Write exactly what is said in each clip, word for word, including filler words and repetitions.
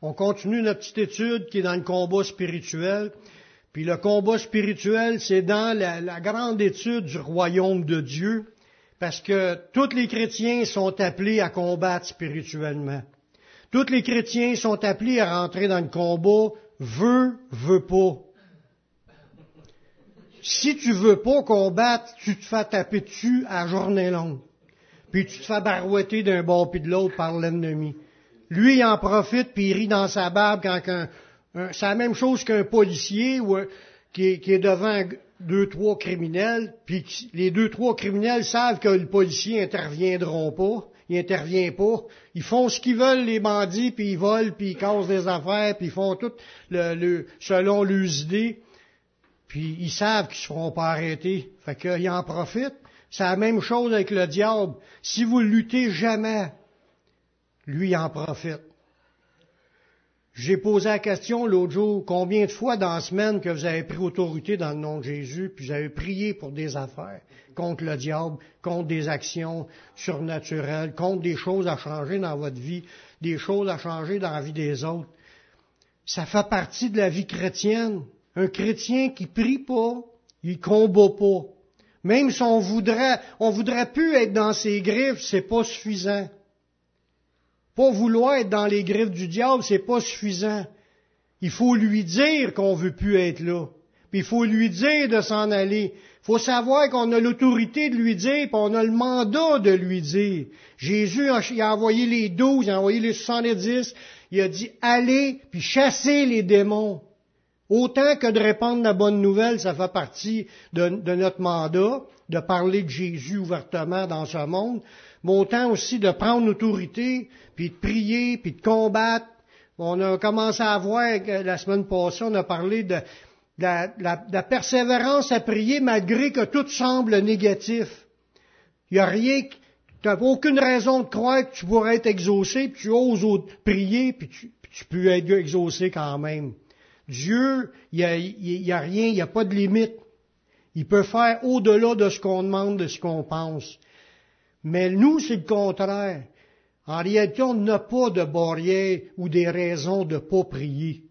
On continue notre petite étude qui est dans le combat spirituel. Puis le combat spirituel, c'est dans la, la grande étude du royaume de Dieu, parce que tous les chrétiens sont appelés à combattre spirituellement. Tous les chrétiens sont appelés à rentrer dans le combat, veux, veux pas. Si tu veux pas combattre, tu te fais taper dessus à journée longue. Puis tu te fais barouetter d'un bord puis de l'autre par l'ennemi. Lui, il en profite, puis il rit dans sa barbe quand un, un, c'est la même chose qu'un policier ou un, qui, est, qui est devant deux, trois criminels, puis les deux, trois criminels savent que le policier interviendront pas, il intervient pas. Ils font ce qu'ils veulent, les bandits, puis ils volent, puis ils cassent des affaires, puis ils font tout le, le, selon leurs idées. Puis ils savent qu'ils ne se feront pas arrêter. Fait qu'ils en profitent. C'est la même chose avec le diable. Si vous luttez jamais, lui, il en profite. J'ai posé la question l'autre jour, combien de fois dans la semaine que vous avez pris autorité dans le nom de Jésus, puis vous avez prié pour des affaires, contre le diable, contre des actions surnaturelles, contre des choses à changer dans votre vie, des choses à changer dans la vie des autres. Ça fait partie de la vie chrétienne. Un chrétien qui prie pas, il combat pas. Même si on voudrait, on voudrait plus être dans ses griffes, c'est pas suffisant. Pas vouloir être dans les griffes du diable, c'est pas suffisant. Il faut lui dire qu'on veut plus être là. Puis il faut lui dire de s'en aller. Il faut savoir qu'on a l'autorité de lui dire, puis on a le mandat de lui dire. Jésus, il a envoyé les douze, il a envoyé les soixante-dix, il a dit, allez, puis chassez les démons. Autant que de répandre la bonne nouvelle, ça fait partie de, de notre mandat, de parler de Jésus ouvertement dans ce monde, mais autant aussi de prendre l'autorité, puis de prier, puis de combattre. On a commencé à voir, la semaine passée, on a parlé de, de, la, de, la, de la persévérance à prier malgré que tout semble négatif. Il n'y a rien, tu n'as aucune raison de croire que tu pourrais être exaucé, puis tu oses prier, puis tu, puis tu peux être exaucé quand même. Dieu, il n'y a, il a rien, il n'y a pas de limite. Il peut faire au-delà de ce qu'on demande, de ce qu'on pense. Mais nous, c'est le contraire. En réalité, on n'a pas de barrière ou des raisons de ne pas prier.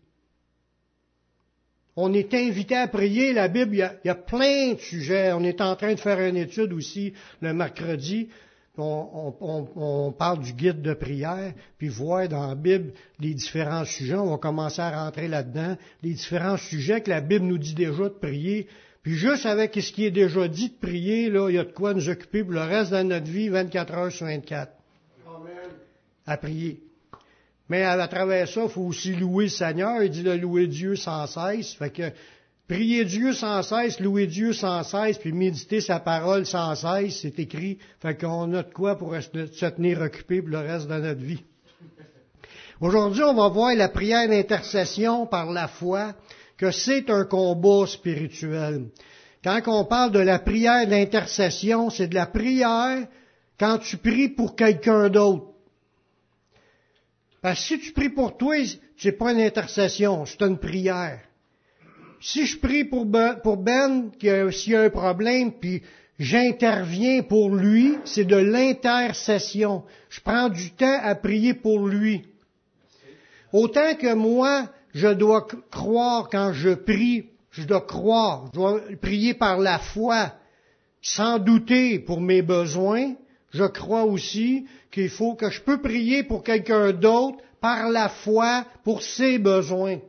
On est invité à prier. La Bible, il y, a, il y a plein de sujets. On est en train de faire une étude aussi le mercredi. On, on, on parle du guide de prière, puis voir dans la Bible les différents sujets. On va commencer à rentrer là-dedans. Les différents sujets que la Bible nous dit déjà de prier. Puis juste avec ce qui est déjà dit de prier, là, il y a de quoi nous occuper pour le reste de notre vie, vingt-quatre heures sur vingt-quatre. Amen. À prier. Mais à, à travers ça, il faut aussi louer le Seigneur. Il dit de louer Dieu sans cesse. Fait que prier Dieu sans cesse, louer Dieu sans cesse, puis méditer sa parole sans cesse, c'est écrit. Fait qu'on a de quoi pour se tenir occupé pour le reste de notre vie. Aujourd'hui, on va voir la prière d'intercession par la foi, que c'est un combat spirituel. Quand on parle de la prière d'intercession, c'est de la prière quand tu pries pour quelqu'un d'autre. Parce que si tu pries pour toi, c'est pas une intercession, c'est une prière. Si je prie pour Ben, pour Ben s'il y a un problème, puis j'interviens pour lui, c'est de l'intercession. Je prends du temps à prier pour lui. Autant que moi, je dois croire quand je prie, je dois croire, je dois prier par la foi, sans douter pour mes besoins. Je crois aussi qu'il faut que je peux prier pour quelqu'un d'autre par la foi pour ses besoins.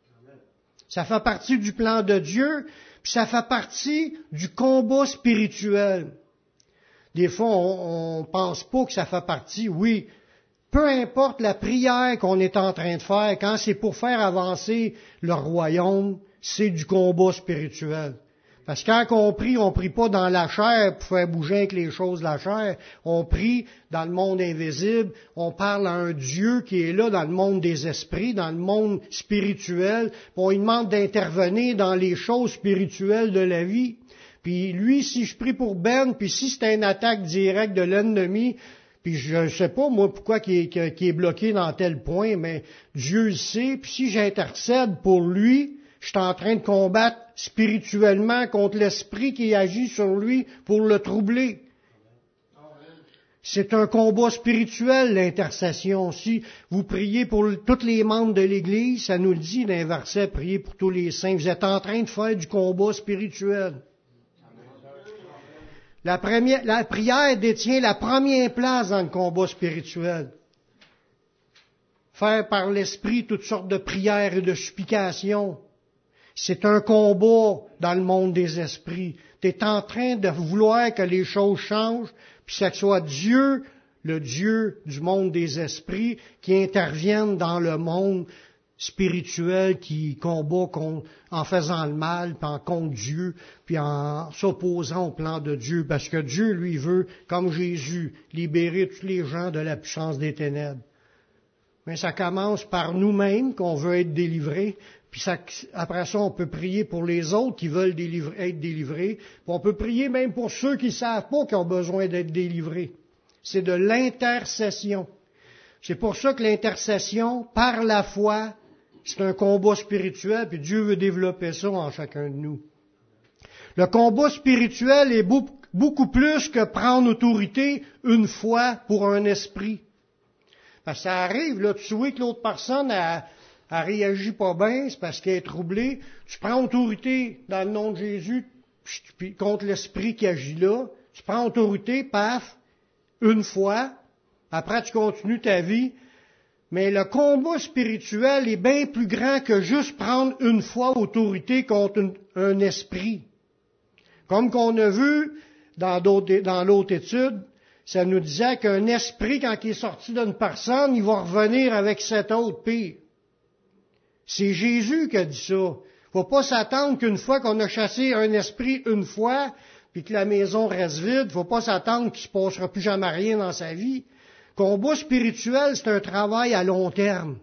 Ça fait partie du plan de Dieu, puis ça fait partie du combat spirituel. Des fois, on ne pense pas que ça fait partie, oui. Peu importe la prière qu'on est en train de faire, quand c'est pour faire avancer le royaume, c'est du combat spirituel. Parce que quand on prie, on prie pas dans la chair pour faire bouger avec les choses de la chair. On prie dans le monde invisible. On parle à un Dieu qui est là dans le monde des esprits, dans le monde spirituel. On lui demande d'intervenir dans les choses spirituelles de la vie. Puis lui, si je prie pour Ben, puis si c'est une attaque directe de l'ennemi, puis je ne sais pas, moi, pourquoi il est, qu'il est bloqué dans tel point, mais Dieu le sait. Puis si j'intercède pour lui, je suis en train de combattre spirituellement contre l'esprit qui agit sur lui pour le troubler. C'est un combat spirituel, l'intercession. Si vous priez pour tous les membres de l'Église, ça nous le dit dans un verset, priez pour tous les saints. Vous êtes en train de faire du combat spirituel. La, première, la prière détient la première place dans le combat spirituel. Faire par l'Esprit toutes sortes de prières et de supplications. C'est un combat dans le monde des esprits. Tu es en train de vouloir que les choses changent, puis que ce soit Dieu, le Dieu du monde des esprits, qui intervienne dans le monde spirituel, qui combat contre, en faisant le mal, puis en contre Dieu, puis en s'opposant au plan de Dieu, parce que Dieu, lui, veut, comme Jésus, libérer tous les gens de la puissance des ténèbres. Mais ça commence par nous-mêmes, qu'on veut être délivrés, puis ça, après ça, on peut prier pour les autres qui veulent délivrer, être délivrés, puis on peut prier même pour ceux qui ne savent pas qu'ils ont besoin d'être délivrés. C'est de l'intercession. C'est pour ça que l'intercession, par la foi, c'est un combat spirituel, puis Dieu veut développer ça en chacun de nous. Le combat spirituel est beaucoup, beaucoup plus que prendre autorité une fois pour un esprit. Parce que ça arrive, là, tu vois que l'autre personne a, a réagi pas bien, c'est parce qu'elle est troublée. Tu prends autorité dans le nom de Jésus, puis contre l'esprit qui agit là. Tu prends autorité, paf, une fois. Après, tu continues ta vie. Mais le combat spirituel est bien plus grand que juste prendre une fois autorité contre une, un esprit. Comme qu'on a vu dans, dans l'autre étude, ça nous disait qu'un esprit, quand il est sorti d'une personne, il va revenir avec cet autre pire. C'est Jésus qui a dit ça. Il ne faut pas s'attendre qu'une fois qu'on a chassé un esprit une fois, puis que la maison reste vide, il ne faut pas s'attendre qu'il ne se passera plus jamais rien dans sa vie. Combat spirituel, c'est un travail à long terme.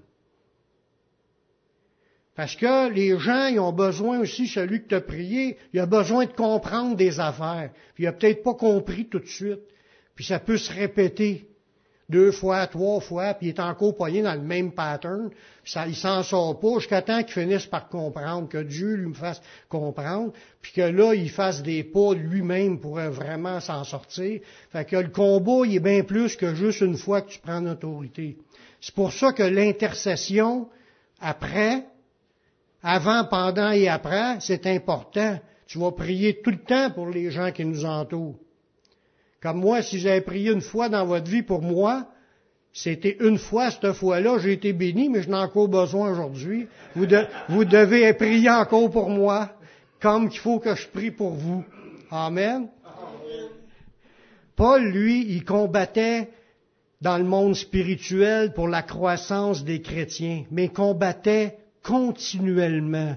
Parce que les gens, ils ont besoin aussi, celui que tu as prié, il a besoin de comprendre des affaires. Puis il n'a peut-être pas compris tout de suite. Puis ça peut se répéter deux fois, trois fois, puis il est encore poigné dans le même pattern. Puis ça, il s'en sort pas jusqu'à temps qu'il finisse par comprendre, que Dieu lui fasse comprendre, puis que là, il fasse des pas lui-même pour vraiment s'en sortir. Fait que le combat, il est bien plus que juste une fois que tu prends l'autorité. C'est pour ça que l'intercession, après, avant, pendant et après, c'est important. Tu vas prier tout le temps pour les gens qui nous entourent. Comme moi, si j'avais prié une fois dans votre vie pour moi, c'était une fois, cette fois-là, j'ai été béni, mais je n'ai encore besoin aujourd'hui. Vous, de, vous devez prier encore pour moi, comme qu'il faut que je prie pour vous. Amen. Amen. Paul, lui, il combattait dans le monde spirituel pour la croissance des chrétiens, mais combattait continuellement.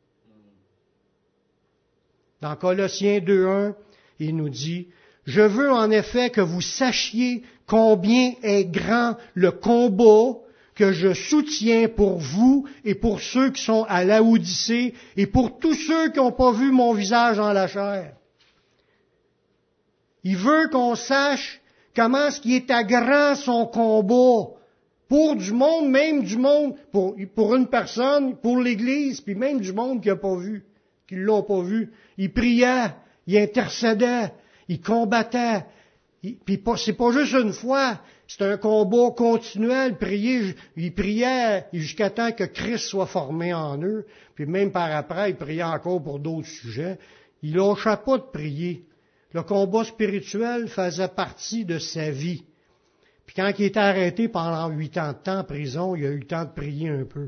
Dans Colossiens deux un, il nous dit, « Je veux en effet que vous sachiez combien est grand le combat que je soutiens pour vous et pour ceux qui sont à Laodicée et pour tous ceux qui n'ont pas vu mon visage en la chair. » Il veut qu'on sache comment est-ce qu'il est à grand son combat pour du monde, même du monde, pour, pour une personne, pour l'Église, puis même du monde qui n'a pas vu, qui ne l'a pas vu. Il priait, il intercédait, il combattait. Il, puis pas, c'est pas juste une fois, c'est un combat continuel. Prier, il priait jusqu'à temps que Christ soit formé en eux. Puis même par après, il priait encore pour d'autres sujets. Il lâchait pas de prier. Le combat spirituel faisait partie de sa vie. Puis quand il était arrêté pendant huit ans de temps en prison, il a eu le temps de prier un peu.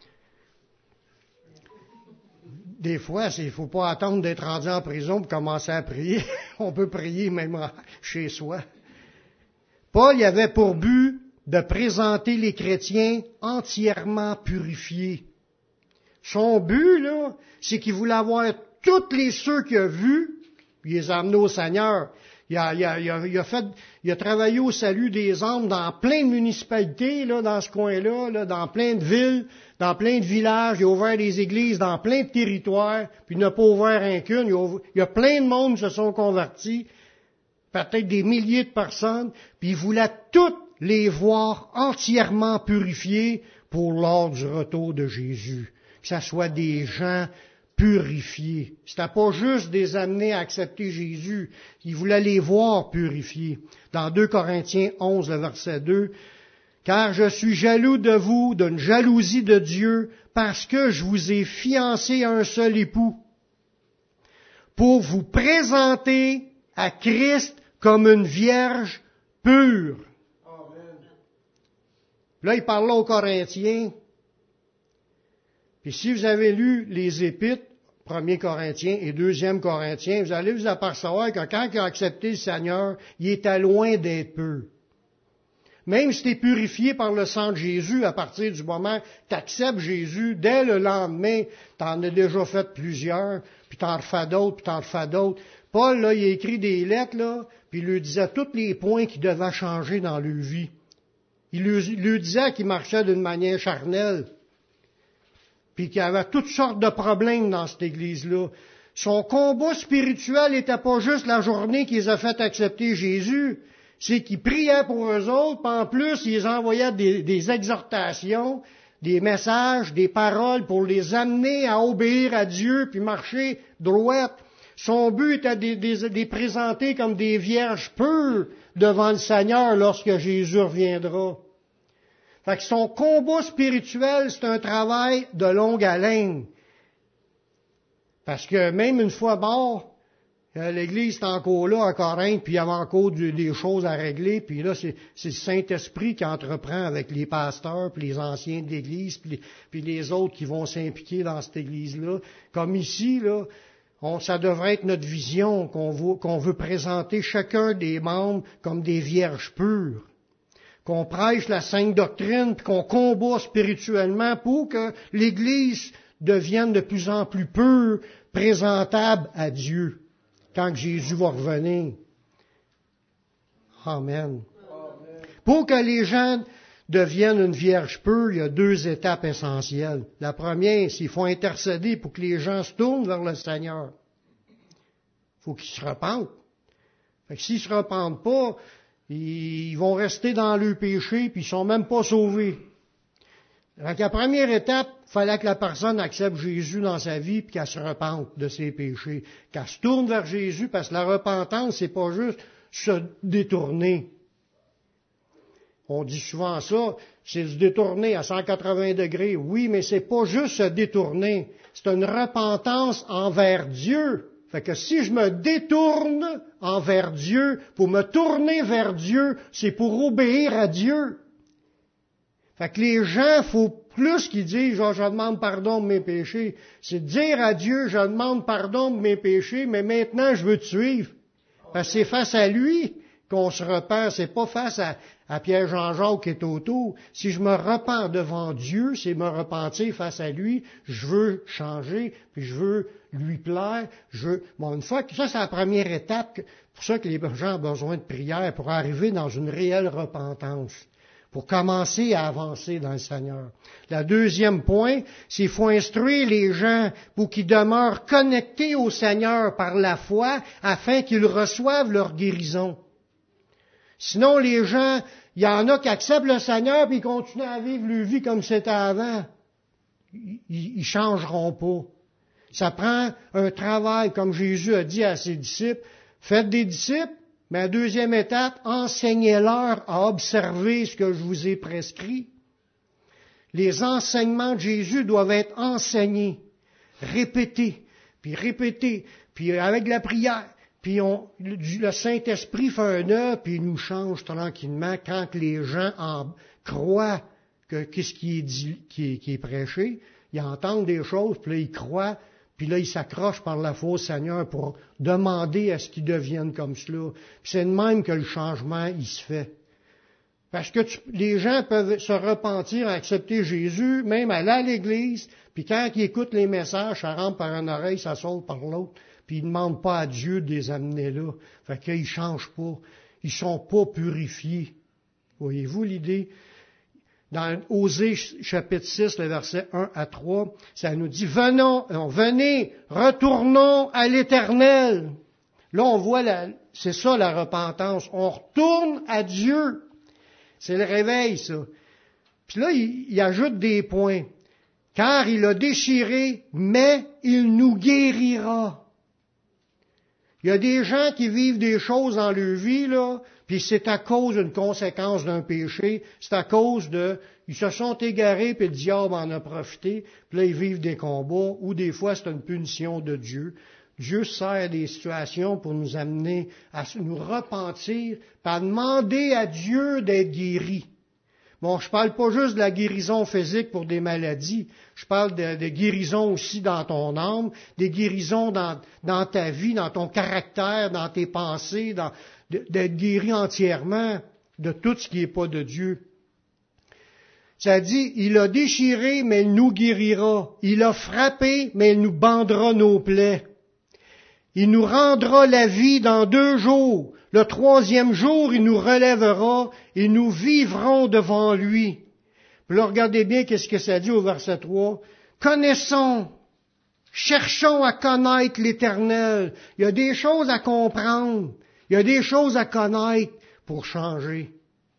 Des fois, il ne faut pas attendre d'être rendu en prison pour commencer à prier. On peut prier même chez soi. Paul avait pour but de présenter les chrétiens entièrement purifiés. Son but, là, c'est qu'il voulait avoir tous les ceux qu'il a vus, puis il les a amenés au Seigneur. Il a, il, a, il, a, il, a fait, il a travaillé au salut des âmes dans plein de municipalités, là, dans ce coin-là, là, dans plein de villes, dans plein de villages. Il a ouvert des églises dans plein de territoires, puis il n'a pas ouvert un qu'une. Il, a, il y a plein de monde qui se sont convertis, peut-être des milliers de personnes, puis il voulait toutes les voir entièrement purifiés pour lors du retour de Jésus. Que ce soit des gens purifiés. C'était pas juste de les amener à accepter Jésus. Il voulait les voir purifiés. Dans deux Corinthiens onze, le verset deux, « Car je suis jaloux de vous, d'une jalousie de Dieu, parce que je vous ai fiancé à un seul époux, pour vous présenter à Christ comme une vierge pure. » Là, il parle là aux Corinthiens. Puis si vous avez lu les Épîtres, premier Corinthiens et deuxième Corinthiens, vous allez vous apercevoir que quand il a accepté le Seigneur, il était loin d'être pur. Même si tu es purifié par le sang de Jésus, à partir du moment que tu acceptes Jésus, dès le lendemain, tu en as déjà fait plusieurs, puis tu en refais d'autres, puis tu en refais d'autres. Paul, là, il a écrit des lettres, là, puis il lui disait tous les points qui devaient changer dans leur vie. Il lui, il lui disait qu'il marchait d'une manière charnelle, puis qu'il y avait toutes sortes de problèmes dans cette église-là. Son combat spirituel n'était pas juste la journée qu'ils les a fait accepter Jésus, c'est qu'il priait pour eux autres, puis en plus, il les envoyait des, des exhortations, des messages, des paroles pour les amener à obéir à Dieu, puis marcher droit. Son but était de les présenter comme des vierges pures devant le Seigneur lorsque Jésus reviendra. Fait que son combat spirituel, c'est un travail de longue haleine. Parce que même une fois mort, l'Église est encore là à Corinthe, puis il y avait encore des choses à régler, puis là, c'est, c'est le Saint-Esprit qui entreprend avec les pasteurs, puis les anciens de l'Église, puis les, puis les autres qui vont s'impliquer dans cette Église-là. Comme ici, là, on, ça devrait être notre vision qu'on veut, qu'on veut présenter chacun des membres comme des vierges pures. Qu'on prêche la sainte doctrine, puis qu'on combat spirituellement pour que l'Église devienne de plus en plus pure, présentable à Dieu, quand Jésus va revenir. Amen. Amen. Pour que les gens deviennent une vierge pure, il y a deux étapes essentielles. La première, c'est qu'il faut intercéder pour que les gens se tournent vers le Seigneur. Il faut qu'ils se repentent. Fait que s'ils ne se repentent pas, ils vont rester dans le péché, puis ils sont même pas sauvés. Donc, la première étape, il fallait que la personne accepte Jésus dans sa vie, puis qu'elle se repente de ses péchés, qu'elle se tourne vers Jésus, parce que la repentance, c'est pas juste se détourner. On dit souvent ça, c'est se détourner à cent quatre-vingts degrés. Oui, mais c'est pas juste se détourner, c'est une repentance envers Dieu. Fait que si je me détourne envers Dieu, pour me tourner vers Dieu, c'est pour obéir à Dieu. Fait que les gens, faut plus qu'ils disent, oh, je demande pardon de mes péchés, c'est de dire à Dieu, je demande pardon de mes péchés, mais maintenant je veux te suivre. Parce que c'est face à lui qu'on se repent, c'est pas face à, à Pierre-Jean-Jacques qui est autour. Si je me repens devant Dieu, c'est me repentir face à lui, je veux changer, puis je veux lui plaire, je veux... Bon, une fois que ça, c'est la première étape, pour ça que les gens ont besoin de prière, pour arriver dans une réelle repentance, pour commencer à avancer dans le Seigneur. Le deuxième point, c'est qu'il faut instruire les gens pour qu'ils demeurent connectés au Seigneur par la foi, afin qu'ils reçoivent leur guérison. Sinon, les gens, il y en a qui acceptent le Seigneur, puis ils continuent à vivre leur vie comme c'était avant. Ils ne changeront pas. Ça prend un travail, comme Jésus a dit à ses disciples. Faites des disciples, mais la deuxième étape, enseignez-leur à observer ce que je vous ai prescrit. Les enseignements de Jésus doivent être enseignés, répétés, puis répétés, puis avec la prière. Puis on, le, le Saint-Esprit fait un œuvre, puis il nous change tranquillement quand les gens en croient que qu'est-ce qui est dit, qui est, qui est prêché. Ils entendent des choses, puis là ils croient, puis là ils s'accrochent par la foi au Seigneur pour demander à ce qu'ils deviennent comme cela. Puis c'est de même que le changement il se fait. Parce que tu, les gens peuvent se repentir, accepter Jésus, même aller à l'église, puis quand ils écoutent les messages, ça rentre par une oreille, ça saute par l'autre. Puis ils ne demandent pas à Dieu de les amener là. Fait qu'ils ne changent pas. Ils ne sont pas purifiés. Voyez-vous l'idée? Dans Osée chapitre six, le verset un à trois, ça nous dit, venons, venez, retournons à l'Éternel. Là, on voit, la, c'est ça la repentance. On retourne à Dieu. C'est le réveil, ça. Puis là, il, il ajoute des points. Car il a déchiré, mais il nous guérira. Il y a des gens qui vivent des choses dans leur vie, là, puis c'est à cause d'une conséquence d'un péché, c'est à cause de, ils se sont égarés, puis le diable en a profité, puis là ils vivent des combats, ou des fois c'est une punition de Dieu. Dieu sert des situations pour nous amener à nous repentir, puis à demander à Dieu d'être guéris. Bon, je parle pas juste de la guérison physique pour des maladies, je parle de, de guérison aussi dans ton âme, des guérisons dans, dans ta vie, dans ton caractère, dans tes pensées, dans, de, d'être guéri entièrement de tout ce qui n'est pas de Dieu. Ça dit, il a déchiré, mais il nous guérira. Il a frappé, mais il nous bandera nos plaies. Il nous rendra la vie dans deux jours. Le troisième jour, il nous relèvera et nous vivrons devant lui. Puis là, regardez bien qu'est-ce que ça dit au verset trois. Connaissons, cherchons à connaître l'Éternel. Il y a des choses à comprendre. Il y a des choses à connaître pour changer.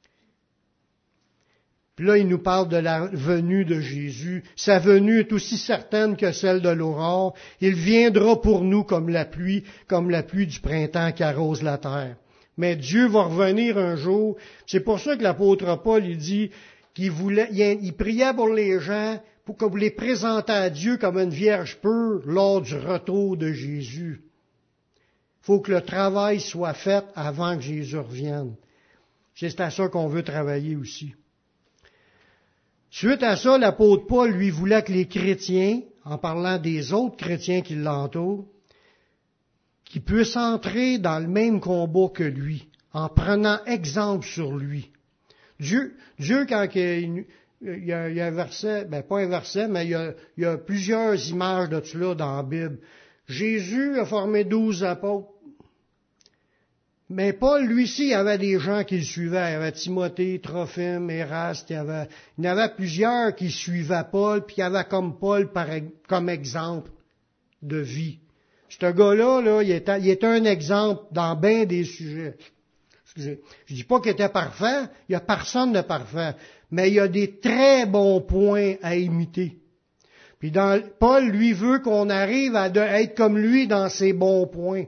Puis là, il nous parle de la venue de Jésus. Sa venue est aussi certaine que celle de l'aurore. Il viendra pour nous comme la pluie, comme la pluie du printemps qui arrose la terre. Mais Dieu va revenir un jour. C'est pour ça que l'apôtre Paul, il dit qu'il voulait, il priait pour les gens, pour que vous les présentez à Dieu comme une vierge pure lors du retour de Jésus. Il faut que le travail soit fait avant que Jésus revienne. C'est à ça qu'on veut travailler aussi. Suite à ça, l'apôtre Paul, lui, voulait que les chrétiens, en parlant des autres chrétiens qui l'entourent, qu'ils puissent entrer dans le même combat que lui, en prenant exemple sur lui. Dieu, Dieu quand il, il, y a, il y a un verset, ben pas un verset, mais il y a, il y a plusieurs images de cela dans la Bible. Jésus a formé douze apôtres. Mais Paul, lui aussi, il y avait des gens qui le suivaient. Il y avait Timothée, Trophime, Éraste, il y avait, il y en avait plusieurs qui suivaient Paul, puis il y avait comme Paul par, comme exemple de vie. Ce gars-là, là, il était, il était un exemple dans bien des sujets. Excusez. Je dis pas qu'il était parfait, il y a personne de parfait, mais il y a des très bons points à imiter. Puis dans, Paul, lui, veut qu'on arrive à, de, à être comme lui dans ses bons points.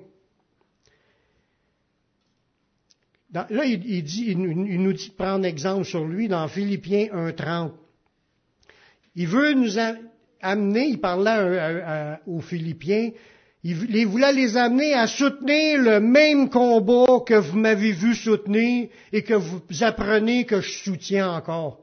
Dans, là, il, il, dit, il, il nous dit de prendre exemple sur lui dans Philippiens un trente. Il veut nous a, amener, il parlait à, à, à, aux Philippiens, il, il voulait les amener à soutenir le même combat que vous m'avez vu soutenir et que vous apprenez que je soutiens encore.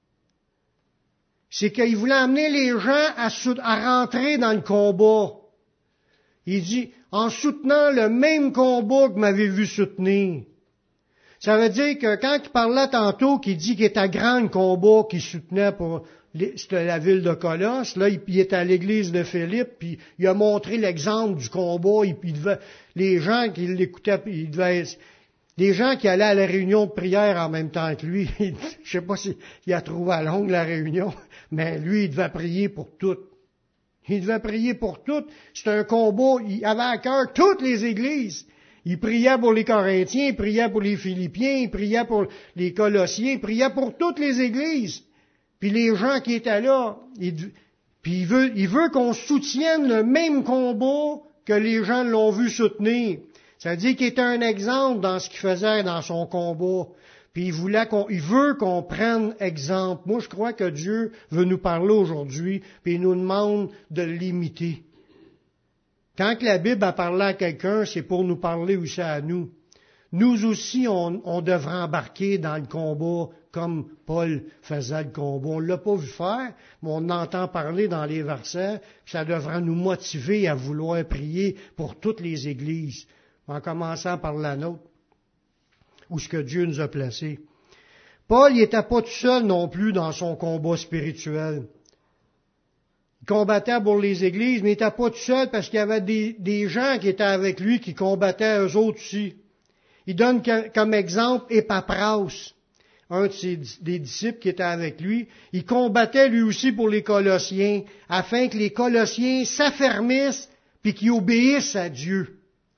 C'est qu'il voulait amener les gens à, à rentrer dans le combat. Il dit, en soutenant le même combat que vous m'avez vu soutenir. Ça veut dire que quand il parlait tantôt, qu'il dit qu'il était à grand combat qu'il soutenait pour c'était la ville de Colosse, là, il, il était à l'église de Philippe, puis il a montré l'exemple du combat, il, il devait, les gens qui l'écoutaient, il devait, les gens qui allaient à la réunion de prière en même temps que lui, il, je sais pas s'il a trouvé à longue la réunion, mais lui, il devait prier pour tout. Il devait prier pour tout. C'était un combat, il avait à cœur toutes les églises. Il priait pour les Corinthiens, il priait pour les Philippiens, il priait pour les Colossiens, il priait pour toutes les églises. Puis les gens qui étaient là, il, puis il veut, il veut qu'on soutienne le même combat que les gens l'ont vu soutenir. Ça veut dire qu'il était un exemple dans ce qu'il faisait dans son combat. Puis il voulait qu'on, il veut qu'on prenne exemple. Moi, je crois que Dieu veut nous parler aujourd'hui, puis il nous demande de l'imiter. Quand la Bible a parlé à quelqu'un, c'est pour nous parler aussi à nous. Nous aussi, on, on devrait embarquer dans le combat comme Paul faisait le combat. On ne l'a pas vu faire, mais on entend parler dans les versets. Ça devrait nous motiver à vouloir prier pour toutes les églises, en commençant par la nôtre, où ce que Dieu nous a placés. Paul, il n'était pas tout seul non plus dans son combat spirituel. Il combattait pour les églises, mais il n'était pas tout seul parce qu'il y avait des, des gens qui étaient avec lui qui combattaient eux autres aussi. Il donne comme exemple Épaphras, un de ses, des disciples qui était avec lui. Il combattait lui aussi pour les Colossiens, afin que les Colossiens s'affermissent puis qu'ils obéissent à Dieu.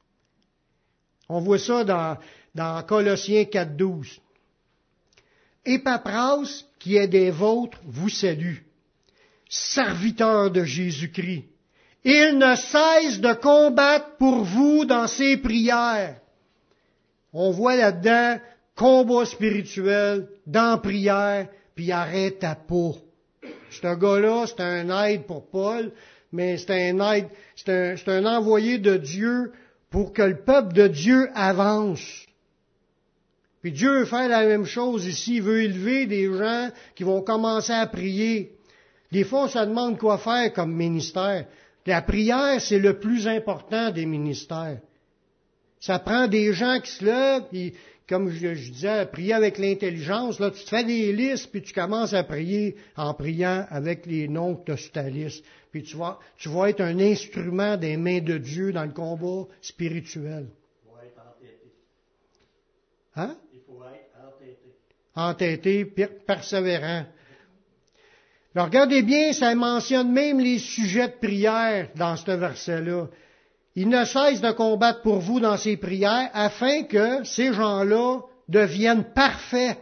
On voit ça dans, dans Colossiens quatre douze. Épaphras, qui est des vôtres, vous salue. serviteur de Jésus-Christ. Il ne cesse de combattre pour vous dans ses prières. On voit là-dedans combat spirituel, dans prière, puis arrête ta peau. Ce gars-là, c'est un aide pour Paul, mais c'est un aide, c'est un, c'est un envoyé de Dieu pour que le peuple de Dieu avance. Puis Dieu veut faire la même chose ici. Il veut élever des gens qui vont commencer à prier. Des fois, on se demande quoi faire comme ministère. La prière, c'est le plus important des ministères. Ça prend des gens qui se lèvent, puis, comme je, je disais, prier avec l'intelligence. Là, tu te fais des listes, puis tu commences à prier en priant avec les noms que tu as sur ta liste. Puis tu vas, tu vas être un instrument des mains de Dieu dans le combat spirituel. Il faut être entêté. Hein? Il faut être entêté. Entêté, persévérant. Alors, regardez bien, ça mentionne même les sujets de prière dans ce verset-là. Il ne cesse de combattre pour vous dans ses prières afin que ces gens-là deviennent parfaits.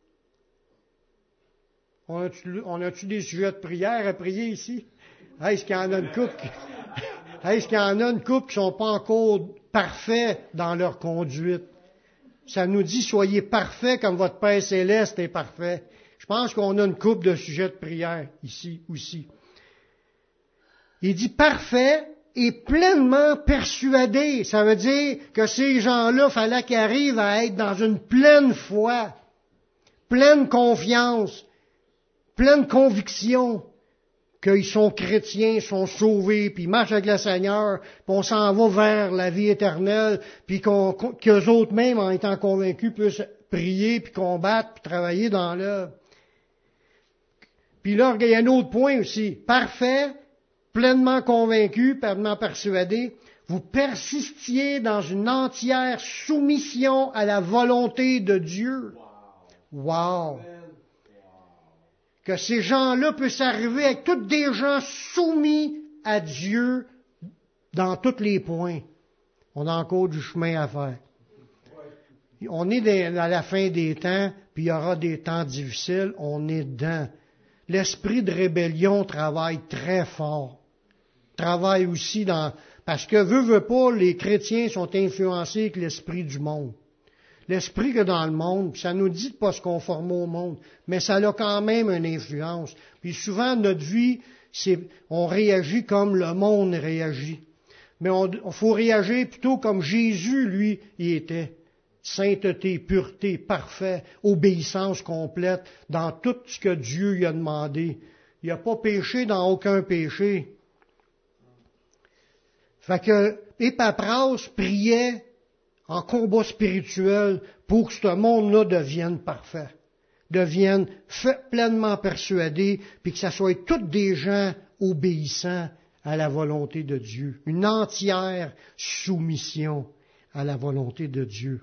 On a-tu, on a-tu des sujets de prière à prier ici? Est-ce qu'il y en a une couple qui, est-ce qu'il y en a une couple qui ne sont pas encore parfaits dans leur conduite? Ça nous dit, soyez parfaits comme votre Père Céleste est parfait. Je pense qu'on a une couple de sujets de prière ici aussi. Il dit parfait et pleinement persuadé. Ça veut dire que ces gens-là, il fallait qu'ils arrivent à être dans une pleine foi, pleine confiance, pleine conviction qu'ils sont chrétiens, sont sauvés, puis ils marchent avec le Seigneur, puis on s'en va vers la vie éternelle, puis qu'on, qu'eux autres mêmes, en étant convaincus, puissent prier, puis combattre, puis travailler dans l'œuvre. Puis là, il y a un autre point aussi. Parfait, pleinement convaincu, pleinement persuadé, vous persistiez dans une entière soumission à la volonté de Dieu. Wow! wow. Que ces gens-là puissent arriver avec tous des gens soumis à Dieu dans tous les points. On a encore du chemin à faire. On est à la fin des temps, puis il y aura des temps difficiles, on est dedans. L'esprit de rébellion travaille très fort. Travaille aussi dans... Parce que, veut, veut pas, les chrétiens sont influencés avec l'esprit du monde. L'esprit que dans le monde, ça nous dit de pas se conformer au monde, mais ça a quand même une influence. Puis souvent, notre vie, c'est, on réagit comme le monde réagit. Mais on, on faut réagir plutôt comme Jésus, lui, y était. Sainteté, pureté, parfait, obéissance complète dans tout ce que Dieu lui a demandé. Il n'a pas péché dans aucun péché. Fait que Épaphrase priait en combat spirituel pour que ce monde-là devienne parfait, devienne fait, pleinement persuadé, puis que ça soit tous des gens obéissants à la volonté de Dieu. Une entière soumission à la volonté de Dieu.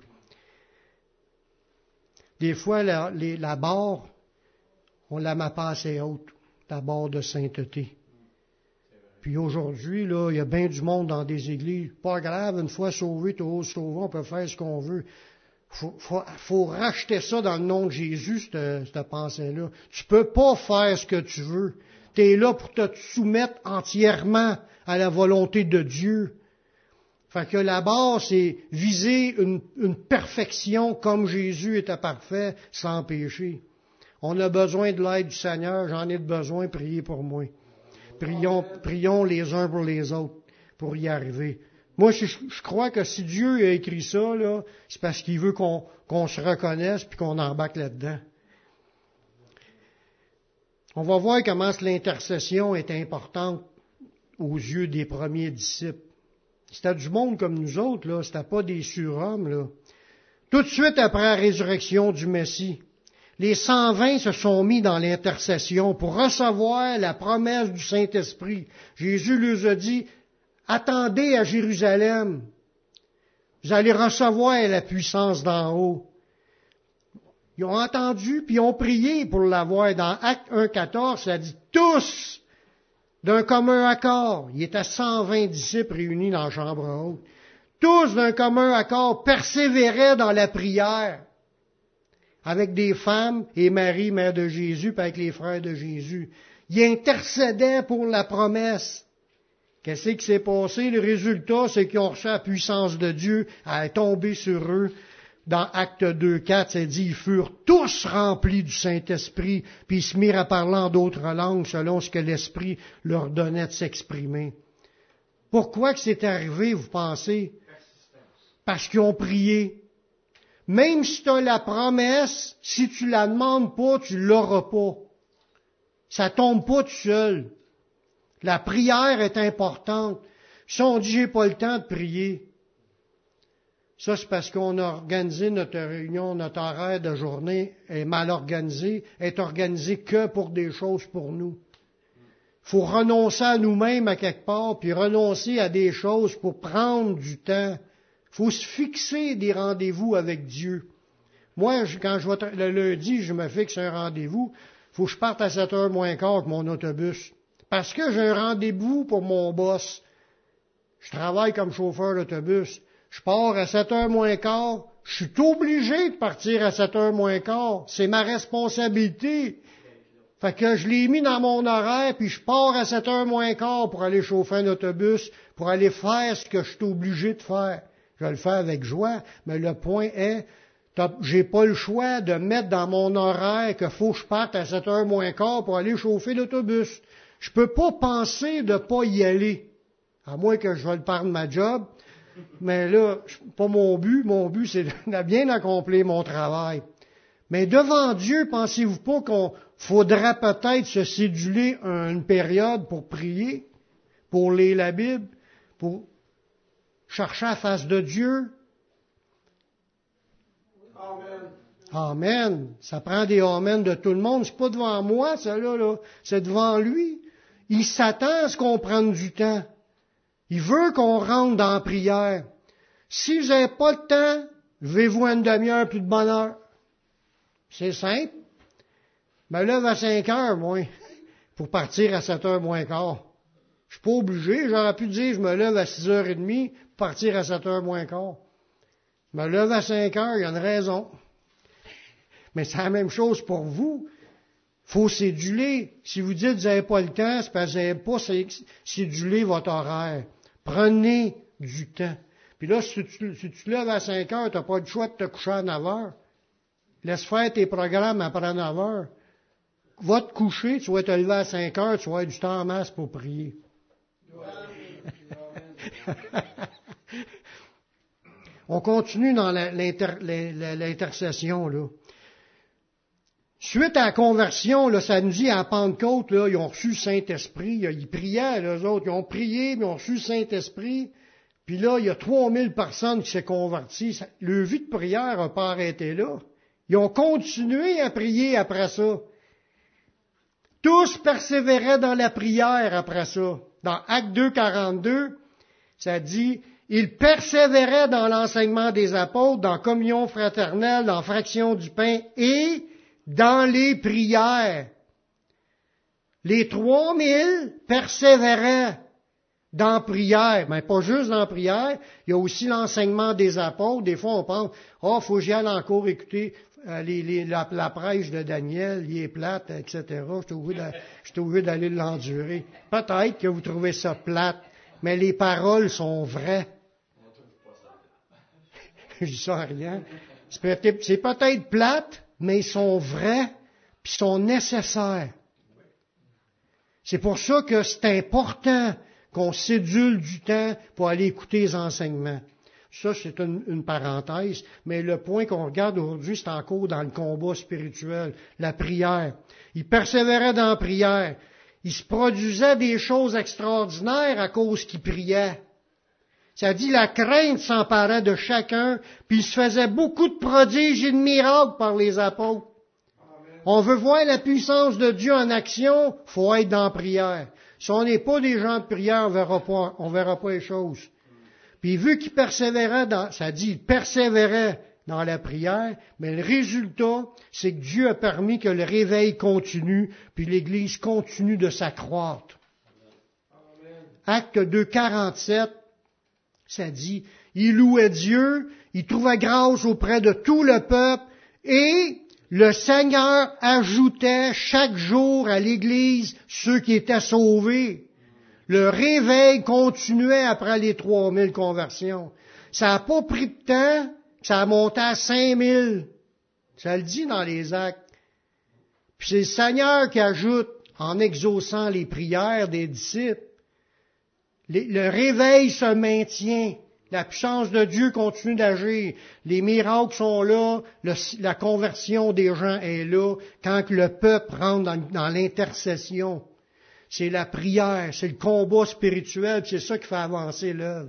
Des fois, la, les, la barre, on la met pas assez haute, la barre de sainteté. Puis aujourd'hui, là, il y a bien du monde dans des églises. Pas grave, une fois sauvé, toujours sauvé, on peut faire ce qu'on veut. Faut, faut, faut racheter ça dans le nom de Jésus, cette, cette pensée-là. Tu peux pas faire ce que tu veux. Tu es là pour te soumettre entièrement à la volonté de Dieu. Fait que la base, c'est viser une, une perfection comme Jésus était parfait, sans péché. On a besoin de l'aide du Seigneur, j'en ai besoin, priez pour moi. Prions, prions les uns pour les autres pour y arriver. Moi, je, je crois que si Dieu a écrit ça, là, c'est parce qu'il veut qu'on, qu'on se reconnaisse puis qu'on embarque là-dedans. On va voir comment l'intercession est importante aux yeux des premiers disciples. C'était du monde comme nous autres, là. C'était pas des surhommes, là. Tout de suite après la résurrection du Messie, les cent vingt se sont mis dans l'intercession pour recevoir la promesse du Saint-Esprit. Jésus leur a dit, attendez à Jérusalem. Vous allez recevoir la puissance d'en haut. Ils ont entendu, puis ils ont prié pour l'avoir. Dans Acte un quatorze, ça dit tous d'un commun accord. Il y était cent vingt disciples réunis dans la chambre haute. Tous d'un commun accord persévéraient dans la prière. Avec des femmes et Marie, mère de Jésus, puis avec les frères de Jésus. Il intercédait pour la promesse. Qu'est-ce qui s'est passé? Le résultat, c'est qu'ils ont reçu la puissance de Dieu à tomber sur eux. Dans Acte deux, quatre, c'est dit, ils furent tous remplis du Saint-Esprit, puis ils se mirent à parler en d'autres langues selon ce que l'Esprit leur donnait de s'exprimer. Pourquoi que c'est arrivé, vous pensez? Parce qu'ils ont prié. Même si tu as la promesse, si tu la demandes pas, tu l'auras pas. Ça tombe pas tout seul. La prière est importante. Si on dit j'ai pas le temps de prier, ça c'est parce qu'on a organisé notre réunion, notre horaire de journée est mal organisé, est organisé que pour des choses pour nous. Il faut renoncer à nous-mêmes à quelque part, puis renoncer à des choses pour prendre du temps. Il faut se fixer des rendez-vous avec Dieu. Moi, quand je vais le lundi, je me fixe un rendez-vous. Il faut que je parte à sept heures moins quart avec mon autobus. Parce que j'ai un rendez-vous pour mon boss. Je travaille comme chauffeur d'autobus. Je pars à sept heures moins quart. Je suis obligé de partir à sept heures moins quart. C'est ma responsabilité. Fait que je l'ai mis dans mon horaire, puis je pars à sept heures moins quart pour aller chauffer un autobus, pour aller faire ce que je suis obligé de faire. Je le fais avec joie, mais le point est, j'ai pas le choix de mettre dans mon horaire qu'il faut que je parte à sept heures moins quart pour aller chauffer l'autobus. Je peux pas penser de pas y aller, à moins que je veuille perdre ma job. Mais là, pas mon but. Mon but, c'est de bien accomplir mon travail. Mais devant Dieu, pensez-vous pas qu'on faudrait peut-être se céduler une période pour prier, pour lire la Bible, pour chercher la face de Dieu? Amen. Amen. Ça prend des amen de tout le monde. C'est pas devant moi, ça là, là. C'est devant lui. Il s'attend à ce qu'on prenne du temps. Il veut qu'on rentre dans la prière. Si vous n'avez pas de temps, levez-vous à une demi-heure plus de bonne heure. C'est simple. Je me lève à cinq heures, moi, pour partir à sept heures moins quart. Je suis pas obligé. J'aurais pu dire, je me lève à six heures trente pour partir à sept heures moins quart. Je me lève à cinq heures, il y a une raison. Mais c'est la même chose pour vous. Faut céduler. Si vous dites que vous n'avez pas le temps, c'est parce que vous n'avez pas cédulé votre horaire. Prenez du temps. Puis là, si tu, si tu te lèves à cinq heures, tu n'as pas le choix de te coucher à neuf heures. Laisse faire tes programmes après neuf heures. Va te coucher, tu vas te lever à cinq heures, tu vas avoir du temps en masse pour prier. On continue dans l'inter, l'intercession, là. Suite à la conversion, là, ça nous dit à Pentecôte, là, ils ont reçu le Saint-Esprit. Ils priaient, là, eux autres. Ils ont prié, mais ils ont reçu le Saint-Esprit. Puis là, il y a trois mille personnes qui s'est converties. Le vie de prière n'a pas arrêté là. Ils ont continué à prier après ça. Tous persévéraient dans la prière après ça. Dans Acte deux, quarante-deux, ça dit, ils persévéraient dans l'enseignement des apôtres, dans communion fraternelle, dans fraction du pain et dans les prières. Les trois mille persévéraient dans la prière, mais pas juste dans la prière, il y a aussi l'enseignement des apôtres. Des fois, on pense, oh, faut que j'y aille encore écouter euh, les, les, la, la prêche de Daniel, il est plate, et cetera. Je suis obligé d'aller l'endurer. Peut-être que vous trouvez ça plate, mais les paroles sont vraies. Je dis ça à rien. C'est peut-être, c'est peut-être plate, mais ils sont vrais, puis ils sont nécessaires. C'est pour ça que c'est important qu'on cédule du temps pour aller écouter les enseignements. Ça, c'est une, une parenthèse, mais le point qu'on regarde aujourd'hui, c'est encore dans le combat spirituel, la prière. Ils persévéraient dans la prière. Ils se produisaient des choses extraordinaires à cause qu'ils priaient. Ça dit, la crainte s'emparait de chacun, puis il se faisait beaucoup de prodiges et de miracles par les apôtres. Amen. On veut voir la puissance de Dieu en action, faut être dans la prière. Si on n'est pas des gens de prière, on verra pas, on verra pas les choses. Puis vu qu'ils persévéraient dans, ça dit, ils persévéraient dans la prière, mais le résultat, c'est que Dieu a permis que le réveil continue, puis l'Église continue de s'accroître. Amen. Acte deux, quarante-sept, ça dit, il louait Dieu, il trouvait grâce auprès de tout le peuple, et le Seigneur ajoutait chaque jour à l'Église ceux qui étaient sauvés. Le réveil continuait après les trois mille conversions. Ça n'a pas pris de temps, ça a monté à cinq mille. Ça le dit dans les Actes. Puis c'est le Seigneur qui ajoute, en exaucant les prières des disciples. Le réveil se maintient. La puissance de Dieu continue d'agir. Les miracles sont là. Le, la conversion des gens est là. Quand le peuple rentre dans, dans l'intercession, c'est la prière, c'est le combat spirituel, c'est ça qui fait avancer l'œuvre.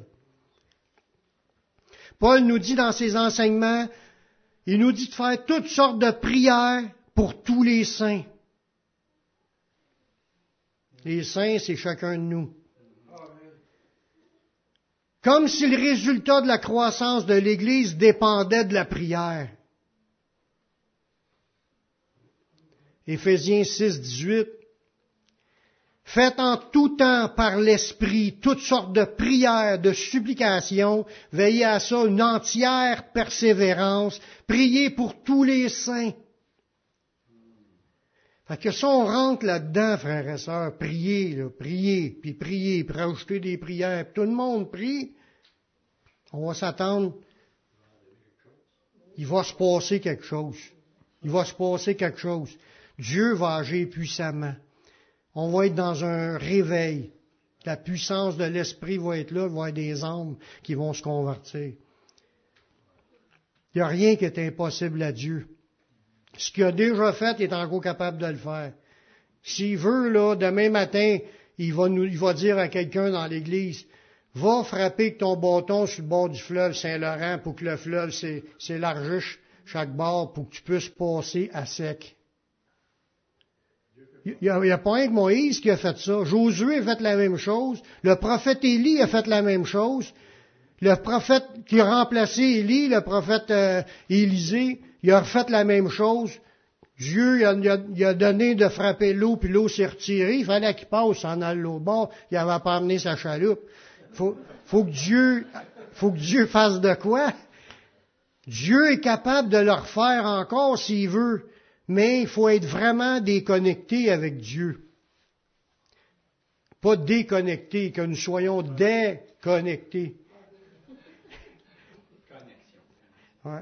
Paul nous dit dans ses enseignements, il nous dit de faire toutes sortes de prières pour tous les saints. Les saints, c'est chacun de nous. Comme si le résultat de la croissance de l'Église dépendait de la prière. Éphésiens six, dix-huit. Faites en tout temps par l'Esprit toutes sortes de prières, de supplications, veillez à ça une entière persévérance, priez pour tous les saints. Fait que si on rentre là-dedans, frères et sœurs, priez, là, priez, puis priez, puis rajouter des prières, puis tout le monde prie, on va s'attendre, il va se passer quelque chose. Il va se passer quelque chose. Dieu va agir puissamment. On va être dans un réveil. La puissance de l'Esprit va être là, il va y avoir des âmes qui vont se convertir. Il n'y a rien qui est impossible à Dieu. Ce qu'il a déjà fait, il est encore capable de le faire. S'il veut, là, demain matin, il va nous, il va dire à quelqu'un dans l'église, va frapper avec ton bâton sur le bord du fleuve Saint-Laurent pour que le fleuve s'élargisse chaque bord pour que tu puisses passer à sec. Il n'y a, a pas un que Moïse qui a fait ça. Josué a fait la même chose. Le prophète Élie a fait la même chose. Le prophète qui a remplacé Élie, le prophète euh, Élisée, il a refait la même chose. Dieu il a, il a, il a donné de frapper l'eau, puis l'eau s'est retirée. Il fallait qu'il passe en allant l'autre bord. Il n'avait pas amené sa chaloupe. Faut, faut que Dieu, faut que Dieu fasse de quoi? Dieu est capable de le refaire encore s'il veut. Mais il faut être vraiment déconnecté avec Dieu. Pas déconnecté, que nous soyons déconnectés. Ouais.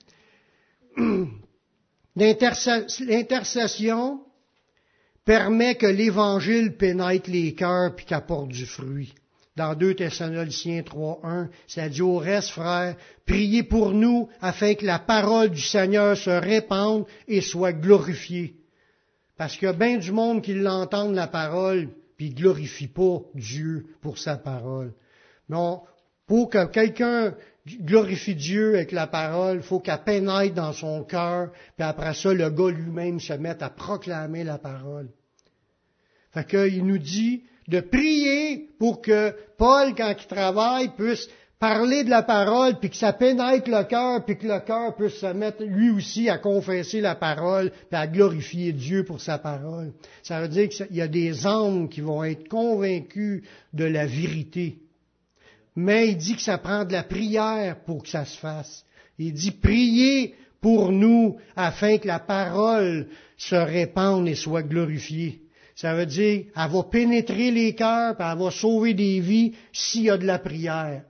L'intercession permet que l'Évangile pénètre les cœurs puis qu'apporte du fruit. Dans deux Thessaloniciens trois, un, ça dit au reste, frères, priez pour nous afin que la parole du Seigneur se répande et soit glorifiée. Parce qu'il y a bien du monde qui l'entend la parole, puis ne glorifie pas Dieu pour sa parole. Non, pour que quelqu'un glorifie Dieu avec la parole, il faut qu'elle pénètre dans son cœur, puis après ça, le gars lui-même se mette à proclamer la parole. Fait qu'il nous dit de prier pour que Paul, quand il travaille, puisse parler de la parole, puis que ça pénètre le cœur, puis que le cœur puisse se mettre lui aussi à confesser la parole, puis à glorifier Dieu pour sa parole. Ça veut dire qu'il y a des âmes qui vont être convaincus de la vérité. Mais il dit que ça prend de la prière pour que ça se fasse. Il dit priez pour nous afin que la parole se répande et soit glorifiée. Ça veut dire, elle va pénétrer les cœurs, puis elle va sauver des vies s'il y a de la prière.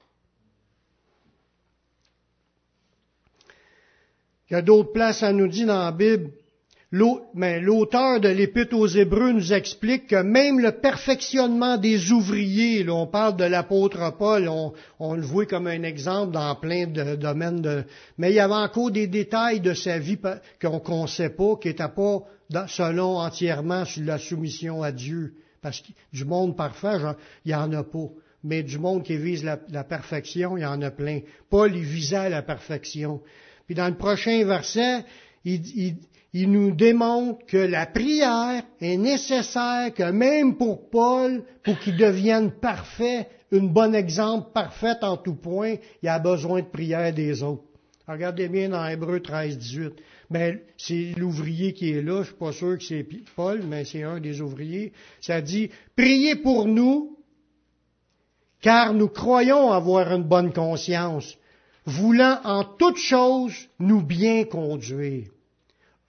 Il y a d'autres places, à nous dit dans la Bible, mais l'auteur de l'Épître aux Hébreux nous explique que même le perfectionnement des ouvriers, là, on parle de l'apôtre Paul, on, on le voit comme un exemple dans plein de domaines, de, mais il y avait encore des détails de sa vie qu'on ne sait pas, qui n'étaient pas selon entièrement sur la soumission à Dieu. Parce que du monde parfait, genre, il n'y en a pas. Mais du monde qui vise la, la perfection, il y en a plein. Paul, il visait la perfection. Puis dans le prochain verset, il, il, il nous démontre que la prière est nécessaire, que même pour Paul, pour qu'il devienne parfait, un bon exemple parfait en tout point, il a besoin de prière des autres. Regardez bien dans Hébreux treize, dix-huit. Ben, c'est l'ouvrier qui est là, je suis pas sûr que c'est Paul, mais c'est un des ouvriers. Ça dit, priez pour nous, car nous croyons avoir une bonne conscience, voulant en toutes choses nous bien conduire.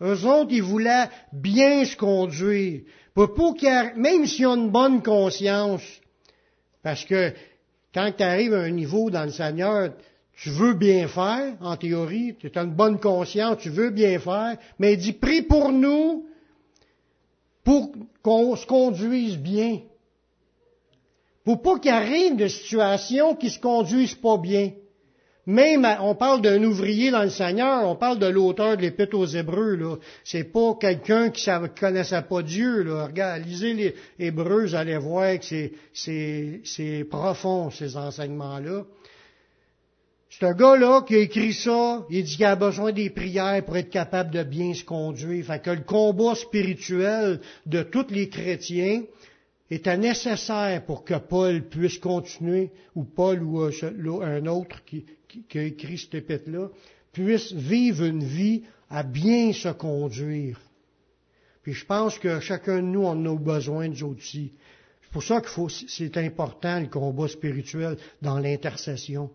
Eux autres, ils voulaient bien se conduire. Pour pas qu'il y ait- même s'ils ont une bonne conscience, parce que quand tu arrives à un niveau dans le Seigneur, tu veux bien faire, en théorie, tu as une bonne conscience, tu veux bien faire, mais il dit, prie pour nous, pour qu'on se conduise bien. Pour pas qu'il arrive de situations qui se conduisent pas bien. Même, on parle d'un ouvrier dans le Seigneur, on parle de l'auteur de l'Épître aux Hébreux, là. C'est pas quelqu'un qui ne connaissait pas Dieu, là. Regarde, lisez les Hébreux, vous allez voir que c'est, c'est, c'est profond, ces enseignements-là. Ce gars-là qui a écrit ça, il dit qu'il a besoin des prières pour être capable de bien se conduire. Fait que le combat spirituel de tous les chrétiens était nécessaire pour que Paul puisse continuer, ou Paul ou un autre qui, qui, qui a écrit cette épître-là, puisse vivre une vie à bien se conduire. Puis je pense que chacun de nous en a besoin, nous autres aussi. C'est pour ça qu'il faut, c'est important le combat spirituel dans l'intercession.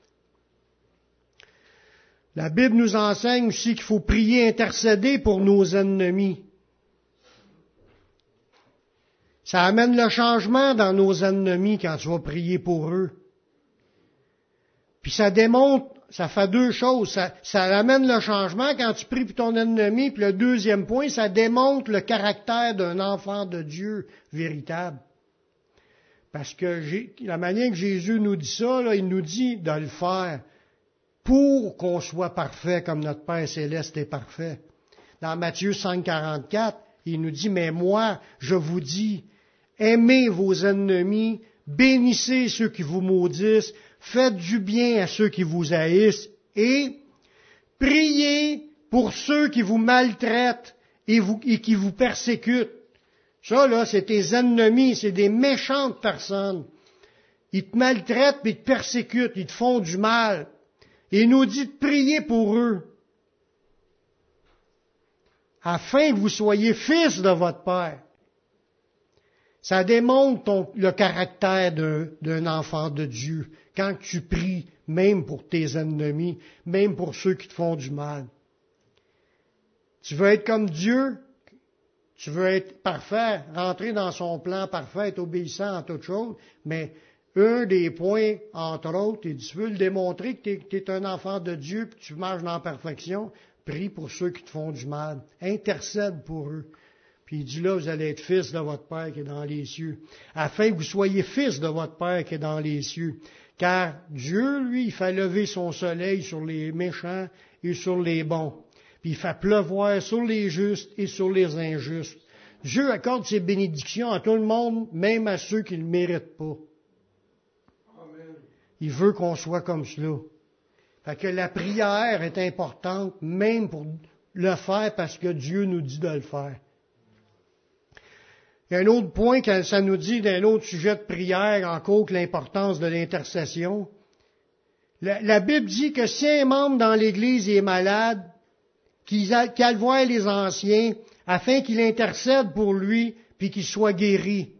La Bible nous enseigne aussi qu'il faut prier, intercéder pour nos ennemis. Ça amène le changement dans nos ennemis quand tu vas prier pour eux. Puis ça démontre, ça fait deux choses. Ça, ça amène le changement quand tu pries pour ton ennemi. Puis le deuxième point, ça démontre le caractère d'un enfant de Dieu véritable. Parce que j'ai, la manière que Jésus nous dit ça, là, il nous dit de le faire pour qu'on soit parfait comme notre Père Céleste est parfait. Dans Matthieu cinq, quarante-quatre, il nous dit, mais moi, je vous dis, aimez vos ennemis, bénissez ceux qui vous maudissent, faites du bien à ceux qui vous haïssent et priez pour ceux qui vous maltraitent et, vous, et qui vous persécutent. Ça, là, c'est tes ennemis, c'est des méchantes personnes. Ils te maltraitent et ils te persécutent, ils te font du mal. Et il nous dit de prier pour eux, afin que vous soyez fils de votre Père. Ça démontre ton, le caractère d'un, d'un enfant de Dieu, quand tu pries, même pour tes ennemis, même pour ceux qui te font du mal. Tu veux être comme Dieu, tu veux être parfait, rentrer dans son plan parfait, être obéissant en toutes choses, mais un des points, entre autres, et tu veux le démontrer que tu es un enfant de Dieu, que tu marches dans la perfection, prie pour ceux qui te font du mal. Intercède pour eux. Puis il dit là, vous allez être fils de votre Père qui est dans les cieux, afin que vous soyez fils de votre Père qui est dans les cieux. Car Dieu, lui, il fait lever son soleil sur les méchants et sur les bons. Puis il fait pleuvoir sur les justes et sur les injustes. Dieu accorde ses bénédictions à tout le monde, même à ceux qui ne le méritent pas. Il veut qu'on soit comme cela. Fait que la prière est importante, même pour le faire parce que Dieu nous dit de le faire. Il y a un autre point que ça nous dit d'un autre sujet de prière, encore que l'importance de l'intercession. La, la Bible dit que si un membre dans l'Église est malade, qu'il aille voir les anciens, afin qu'il intercède pour lui, puis qu'il soit guéri.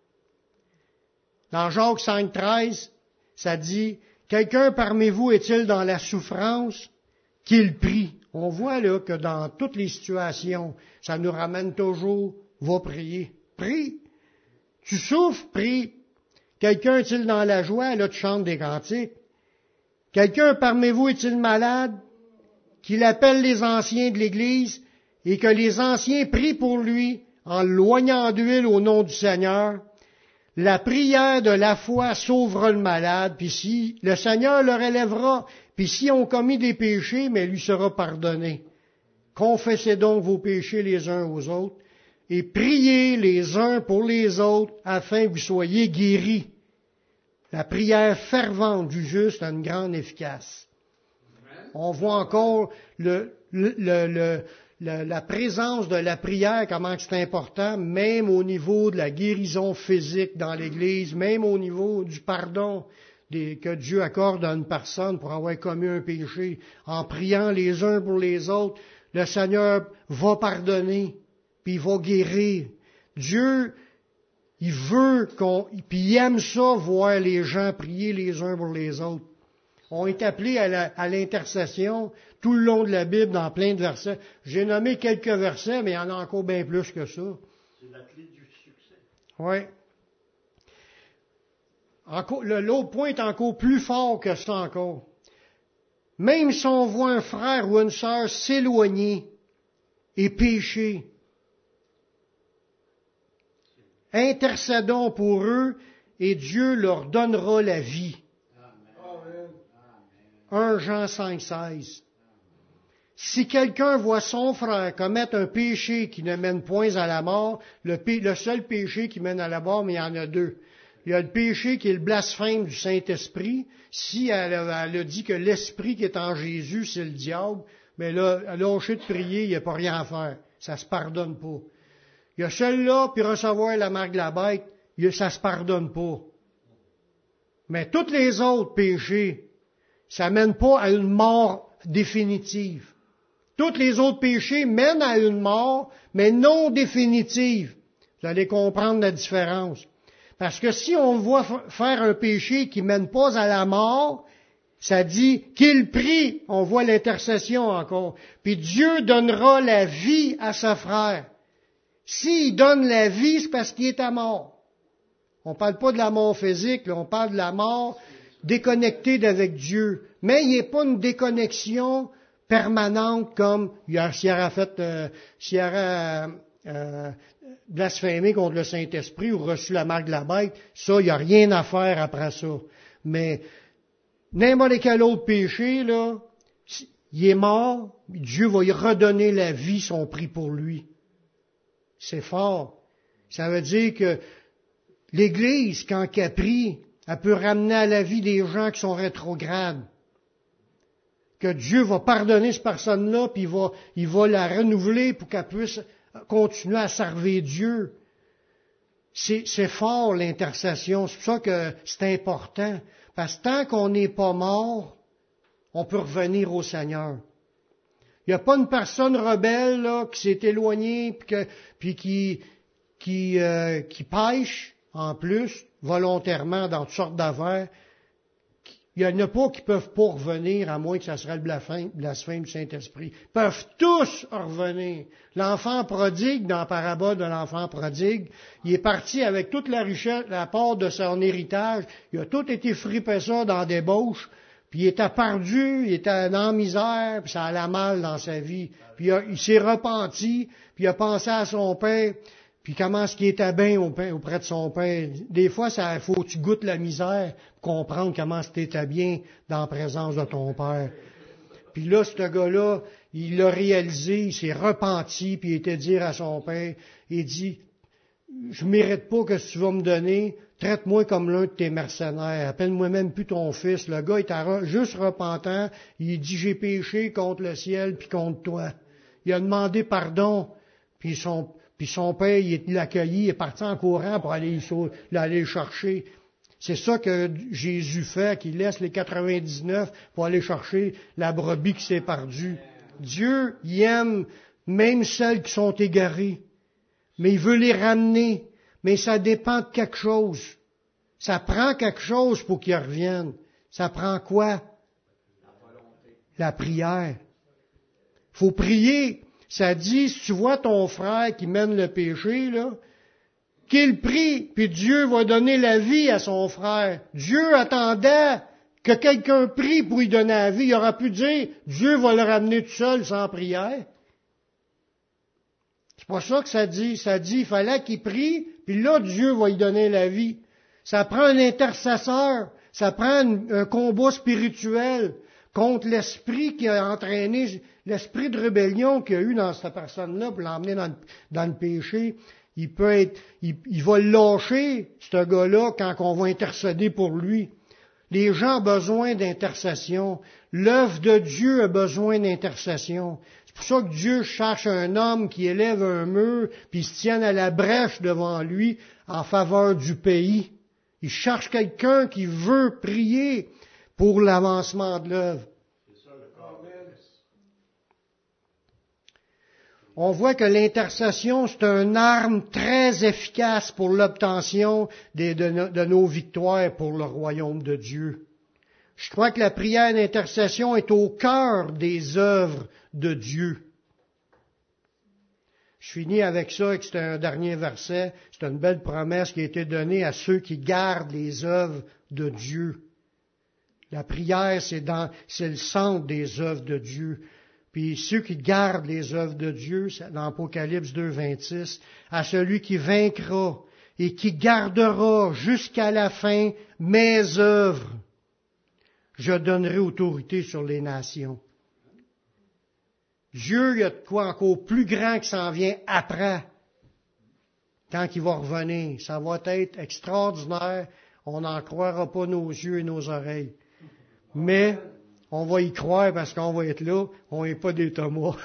Dans Jacques cinq, treize, ça dit, quelqu'un parmi vous est-il dans la souffrance? Qu'il prie. On voit là que dans toutes les situations, ça nous ramène toujours, va prier. Prie. Tu souffres, prie. Quelqu'un est-il dans la joie? Là, tu chantes des cantiques. Quelqu'un parmi vous est-il malade? Qu'il appelle les anciens de l'Église et que les anciens prient pour lui en loignant d'huile au nom du Seigneur. La prière de la foi sauvera le malade, puis si le Seigneur le relèvera, puis si on commis des péchés, mais lui sera pardonné. Confessez donc vos péchés les uns aux autres, et priez les uns pour les autres, afin que vous soyez guéris. La prière fervente du juste a une grande efficace. On voit encore le, le, le, le La, la présence de la prière, comment c'est important, même au niveau de la guérison physique dans l'Église, même au niveau du pardon des, que Dieu accorde à une personne pour avoir commis un péché. En priant les uns pour les autres, le Seigneur va pardonner, puis il va guérir. Dieu, il veut qu'on, puis il aime ça, voir les gens prier les uns pour les autres. On est appelés à, la, à l'intercession. tout le long de la Bible, dans plein de versets. J'ai nommé quelques versets, mais il y en a encore bien plus que ça. C'est la clé du succès. Oui. Encore, le, l'autre point est encore plus fort que ça encore. Même si on voit un frère ou une sœur s'éloigner et pécher, intercédons pour eux et Dieu leur donnera la vie. Amen. un Jean cinq, seize. Si quelqu'un voit son frère commettre un péché qui ne mène point à la mort, le, pé, le seul péché qui mène à la mort, mais il y en a deux. Il y a le péché qui est le blasphème du Saint-Esprit. Si elle a, elle a dit que l'Esprit qui est en Jésus, c'est le diable, mais là, à lâcher de prier, il n'y a pas rien à faire. Ça se pardonne pas. Il y a celui-là, puis recevoir la marque de la bête, ça se pardonne pas. Mais tous les autres péchés, ça mène pas à une mort définitive. Tous les autres péchés mènent à une mort, mais non définitive. Vous allez comprendre la différence. Parce que si on voit faire un péché qui mène pas à la mort, ça dit qu'il prie, on voit l'intercession encore. Puis Dieu donnera la vie à sa frère. S'il donne la vie, c'est parce qu'il est à mort. On ne parle pas de la mort physique, là, on parle de la mort déconnectée d'avec Dieu. Mais il n'y a pas une déconnexion permanente comme s'il aurait fait, euh, s'il aurait euh, blasphémé contre le Saint-Esprit ou reçu la marque de la bête. Ça, il n'y a rien à faire après ça. Mais n'importe quel autre péché, là, il est mort, Dieu va y redonner la vie, son prix pour lui. C'est fort. Ça veut dire que l'Église, quand elle prie, elle peut ramener à la vie des gens qui sont rétrogrades. Que Dieu va pardonner cette personne-là, puis il va, il va la renouveler pour qu'elle puisse continuer à servir Dieu. C'est, c'est fort l'intercession. C'est pour ça que c'est important. Parce que tant qu'on n'est pas mort, on peut revenir au Seigneur. Il n'y a pas une personne rebelle là, qui s'est éloignée puis, que, puis qui, qui, euh, qui pêche en plus volontairement dans toutes sortes d'affaires. Il n'y en a pas qui ne peuvent pas revenir, à moins que ça serait le blasphème, blasphème du Saint-Esprit. Ils peuvent tous revenir. L'enfant prodigue, dans la parabole de l'enfant prodigue, il est parti avec toute la richesse, la part de son héritage. Il a tout été fripé ça dans des débauche. Puis il était perdu, il était dans la misère, puis ça allait mal dans sa vie. Puis il, a, il s'est repenti, puis il a pensé à son père, puis comment est-ce qu'il était bien auprès de son père. Des fois, il faut que tu goûtes la misère pour comprendre comment tu étais bien dans la présence de ton père. Puis là, ce gars-là, il l'a réalisé, il s'est repenti, puis il était dire à son père, il dit, je ne mérite pas que tu vas me donner, traite-moi comme l'un de tes mercenaires, appelle-moi même plus ton fils. Le gars était juste repentant, il dit, j'ai péché contre le ciel puis contre toi. Il a demandé pardon, puis son, puis son père, il l'a accueilli, il est parti en courant pour aller, aller le chercher. C'est ça que Jésus fait, qu'il laisse les quatre-vingt-dix-neuf pour aller chercher la brebis qui s'est perdue. Dieu, il aime même celles qui sont égarées, mais il veut les ramener. Mais ça dépend de quelque chose. Ça prend quelque chose pour qu'ils reviennent. Ça prend quoi? La prière. Il faut prier. Ça dit, si tu vois ton frère qui mène le péché, là, qu'il prie, puis Dieu va donner la vie à son frère. Dieu attendait que quelqu'un prie pour lui donner la vie. Il aurait pu dire, Dieu va le ramener tout seul sans prière. C'est pas ça que ça dit. Ça dit, il fallait qu'il prie, puis là, Dieu va lui donner la vie. Ça prend un intercesseur. Ça prend un, un combat spirituel contre l'esprit qui a entraîné, l'esprit de rébellion qu'il y a eu dans cette personne-là pour l'emmener dans, dans le péché. Il peut être, il, il va le lâcher, ce gars-là, quand on va intercéder pour lui. Les gens ont besoin d'intercession. L'œuvre de Dieu a besoin d'intercession. C'est pour ça que Dieu cherche un homme qui élève un mur, puis il se tienne à la brèche devant lui en faveur du pays. Il cherche quelqu'un qui veut prier pour l'avancement de l'œuvre. On voit que l'intercession, c'est une arme très efficace pour l'obtention de, de, de nos victoires pour le royaume de Dieu. Je crois que la prière d'intercession est au cœur des œuvres de Dieu. Je finis avec ça, et c'est un dernier verset. C'est une belle promesse qui a été donnée à ceux qui gardent les œuvres de Dieu. La prière, c'est, dans, c'est le centre des œuvres de Dieu. Puis ceux qui gardent les œuvres de Dieu, c'est dans Apocalypse deux, vingt-six, à celui qui vaincra et qui gardera jusqu'à la fin mes œuvres, je donnerai autorité sur les nations. Dieu, il y a de quoi encore plus grand qui s'en vient après, quand il va revenir. Ça va être extraordinaire. On n'en croira pas nos yeux et nos oreilles. Mais on va y croire parce qu'on va être là. On n'est pas des Thomas.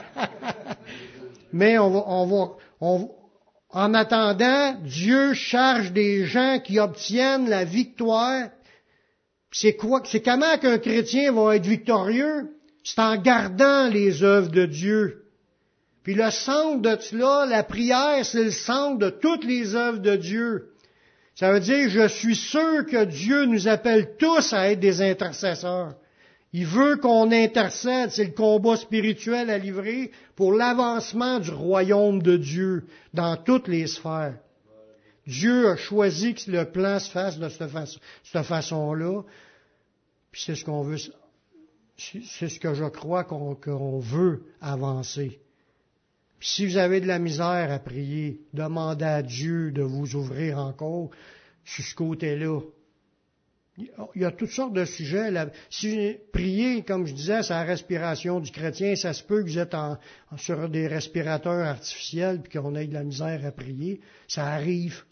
Mais on va, on va, on, en attendant, Dieu charge des gens qui obtiennent la victoire. C'est quoi, c'est comment qu'un chrétien va être victorieux? C'est en gardant les œuvres de Dieu. Puis le centre de cela, la prière, c'est le centre de toutes les œuvres de Dieu. Ça veut dire, je suis sûr que Dieu nous appelle tous à être des intercesseurs. Il veut qu'on intercède, c'est le combat spirituel à livrer pour l'avancement du royaume de Dieu dans toutes les sphères. Dieu a choisi que le plan se fasse de cette, façon, cette façon-là, puis c'est ce qu'on veut. C'est ce que je crois qu'on, qu'on veut avancer. Puis si vous avez de la misère à prier, demandez à Dieu de vous ouvrir encore sur ce côté-là. Il y a toutes sortes de sujets. Là. Si prier, comme je disais, c'est la respiration du chrétien, ça se peut que vous êtes en, sur des respirateurs artificiels puis qu'on ait de la misère à prier. Ça arrive.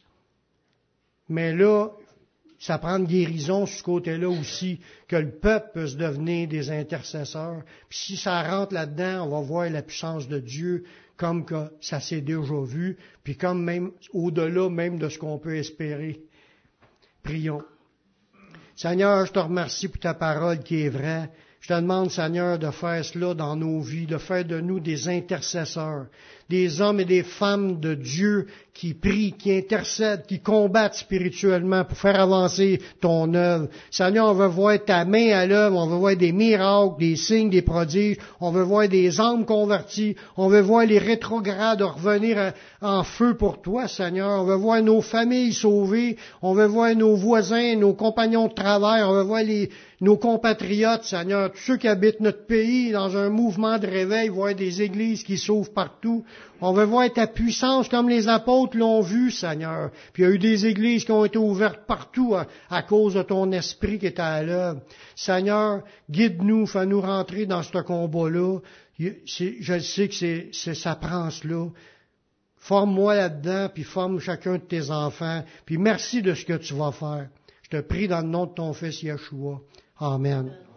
Mais là, ça prend une guérison sur ce côté-là aussi, que le peuple peut se devenir des intercesseurs. Puis si ça rentre là-dedans, on va voir la puissance de Dieu comme que ça s'est déjà vu, puis comme même au-delà même de ce qu'on peut espérer. Prions. Seigneur, je te remercie pour ta parole qui est vraie. Je te demande, Seigneur, de faire cela dans nos vies, de faire de nous des intercesseurs, des hommes et des femmes de Dieu qui prient, qui intercèdent, qui combattent spirituellement pour faire avancer ton œuvre. Seigneur, on veut voir ta main à l'œuvre, on veut voir des miracles, des signes, des prodiges, on veut voir des âmes converties, on veut voir les rétrogrades revenir en feu pour toi, Seigneur. On veut voir nos familles sauvées, on veut voir nos voisins, nos compagnons de travail, on veut voir les, nos compatriotes, Seigneur, tous ceux qui habitent notre pays dans un mouvement de réveil, voir des églises qui s'ouvrent partout. On veut voir ta puissance comme les apôtres l'ont vu, Seigneur. Puis il y a eu des églises qui ont été ouvertes partout à, à cause de ton esprit qui était à l'œuvre. Seigneur, guide-nous, fais-nous rentrer dans ce combat-là. C'est, je sais que c'est, c'est, ça prend cela. Forme-moi là-dedans, puis forme chacun de tes enfants. Puis merci de ce que tu vas faire. Je te prie dans le nom de ton Fils Yeshua. Amen.